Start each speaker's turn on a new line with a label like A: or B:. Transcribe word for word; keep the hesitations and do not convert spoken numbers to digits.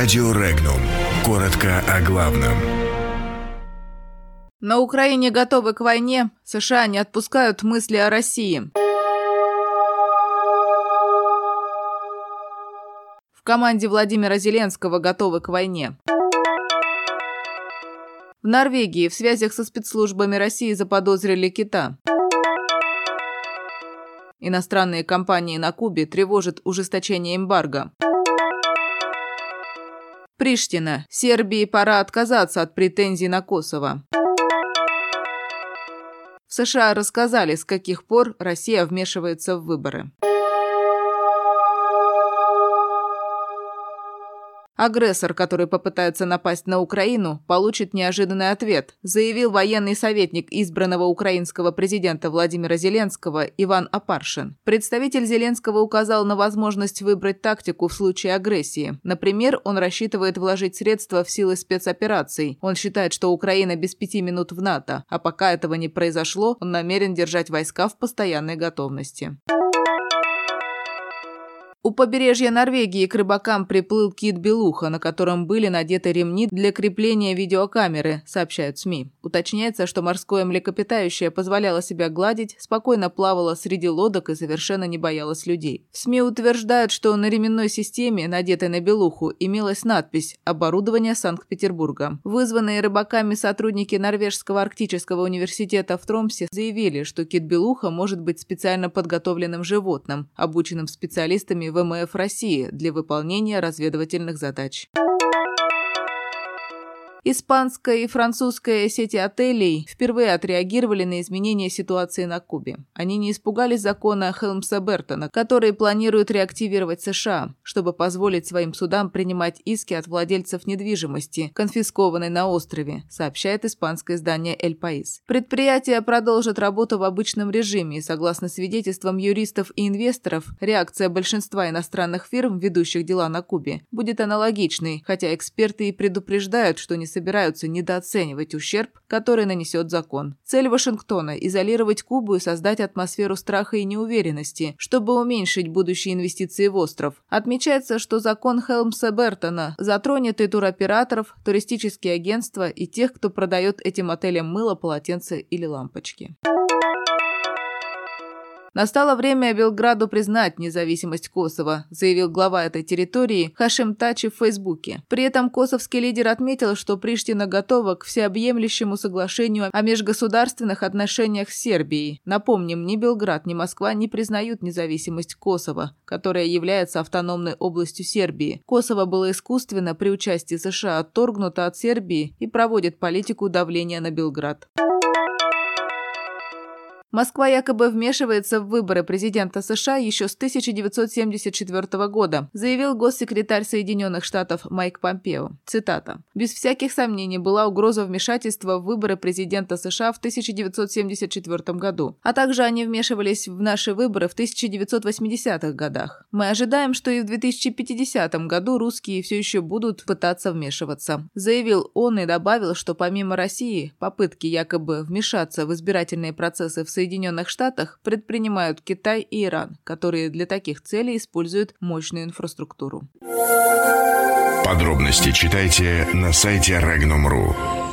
A: Радио Регнум. Коротко о главном.
B: На Украине готовы к войне. США не отпускают мысли о России. В команде Владимира Зеленского готовы к войне. В Норвегии в связях со спецслужбами России заподозрили кита. Иностранные компании на Кубе тревожат ужесточение эмбарго. Приштина. Сербии пора отказаться от претензий на Косово. В США рассказали, с каких пор Россия вмешивается в выборы. Агрессор, который попытается напасть на Украину, получит неожиданный ответ, заявил военный советник избранного украинского президента Владимира Зеленского Иван Апаршин. Представитель Зеленского указал на возможность выбрать тактику в случае агрессии. Например, он рассчитывает вложить средства в силы спецопераций. Он считает, что Украина без пяти минут в НАТО, а пока этого не произошло, он намерен держать войска в постоянной готовности. У побережья Норвегии к рыбакам приплыл кит-белуха, на котором были надеты ремни для крепления видеокамеры, сообщают СМИ. Уточняется, что морское млекопитающее позволяло себя гладить, спокойно плавало среди лодок и совершенно не боялось людей. В СМИ утверждают, что на ременной системе, надетой на белуху, имелась надпись «Оборудование Санкт-Петербурга». Вызванные рыбаками сотрудники Норвежского арктического университета в Тромсе заявили, что кит-белуха может быть специально подготовленным животным, обученным специалистами ВМФ России для выполнения разведывательных задач. Испанская и французская сети отелей впервые отреагировали на изменения ситуации на Кубе. Они не испугались закона Хелмса-Бертона, который планирует реактивировать США, чтобы позволить своим судам принимать иски от владельцев недвижимости, конфискованной на острове, сообщает испанское издание «Эль Паис». Предприятие продолжит работу в обычном режиме, и, согласно свидетельствам юристов и инвесторов, реакция большинства иностранных фирм, ведущих дела на Кубе, будет аналогичной, хотя эксперты и предупреждают, что не собираются недооценивать ущерб, который нанесет закон. Цель Вашингтона – изолировать Кубу и создать атмосферу страха и неуверенности, чтобы уменьшить будущие инвестиции в остров. Отмечается, что закон Хелмса-Бертона затронет и туроператоров, туристические агентства и тех, кто продает этим отелям мыло, полотенца или лампочки. Настало время Белграду признать независимость Косово, заявил глава этой территории Хашим Тачи в Фейсбуке. При этом косовский лидер отметил, что Приштина готова к всеобъемлющему соглашению о межгосударственных отношениях с Сербией. Напомним, ни Белград, ни Москва не признают независимость Косово, которая является автономной областью Сербии. Косово было искусственно при участии США отторгнуто от Сербии и проводит политику давления на Белград. Москва якобы вмешивается в выборы президента США еще с тысяча девятьсот семьдесят четвёртого года, заявил госсекретарь Соединенных Штатов Майк Помпео. Цитата. «Без всяких сомнений была угроза вмешательства в выборы президента США в тысяча девятьсот семьдесят четвёртом году, а также они вмешивались в наши выборы в тысяча девятьсот восьмидесятых годах. Мы ожидаем, что и в две тысячи пятидесятом году русские все еще будут пытаться вмешиваться», заявил он и добавил, что помимо России, попытки якобы вмешаться в избирательные процессы в Соединенных Соединенных Штатах предпринимают Китай и Иран, которые для таких целей используют мощную инфраструктуру.
A: Подробности читайте на сайте регнум точка ру.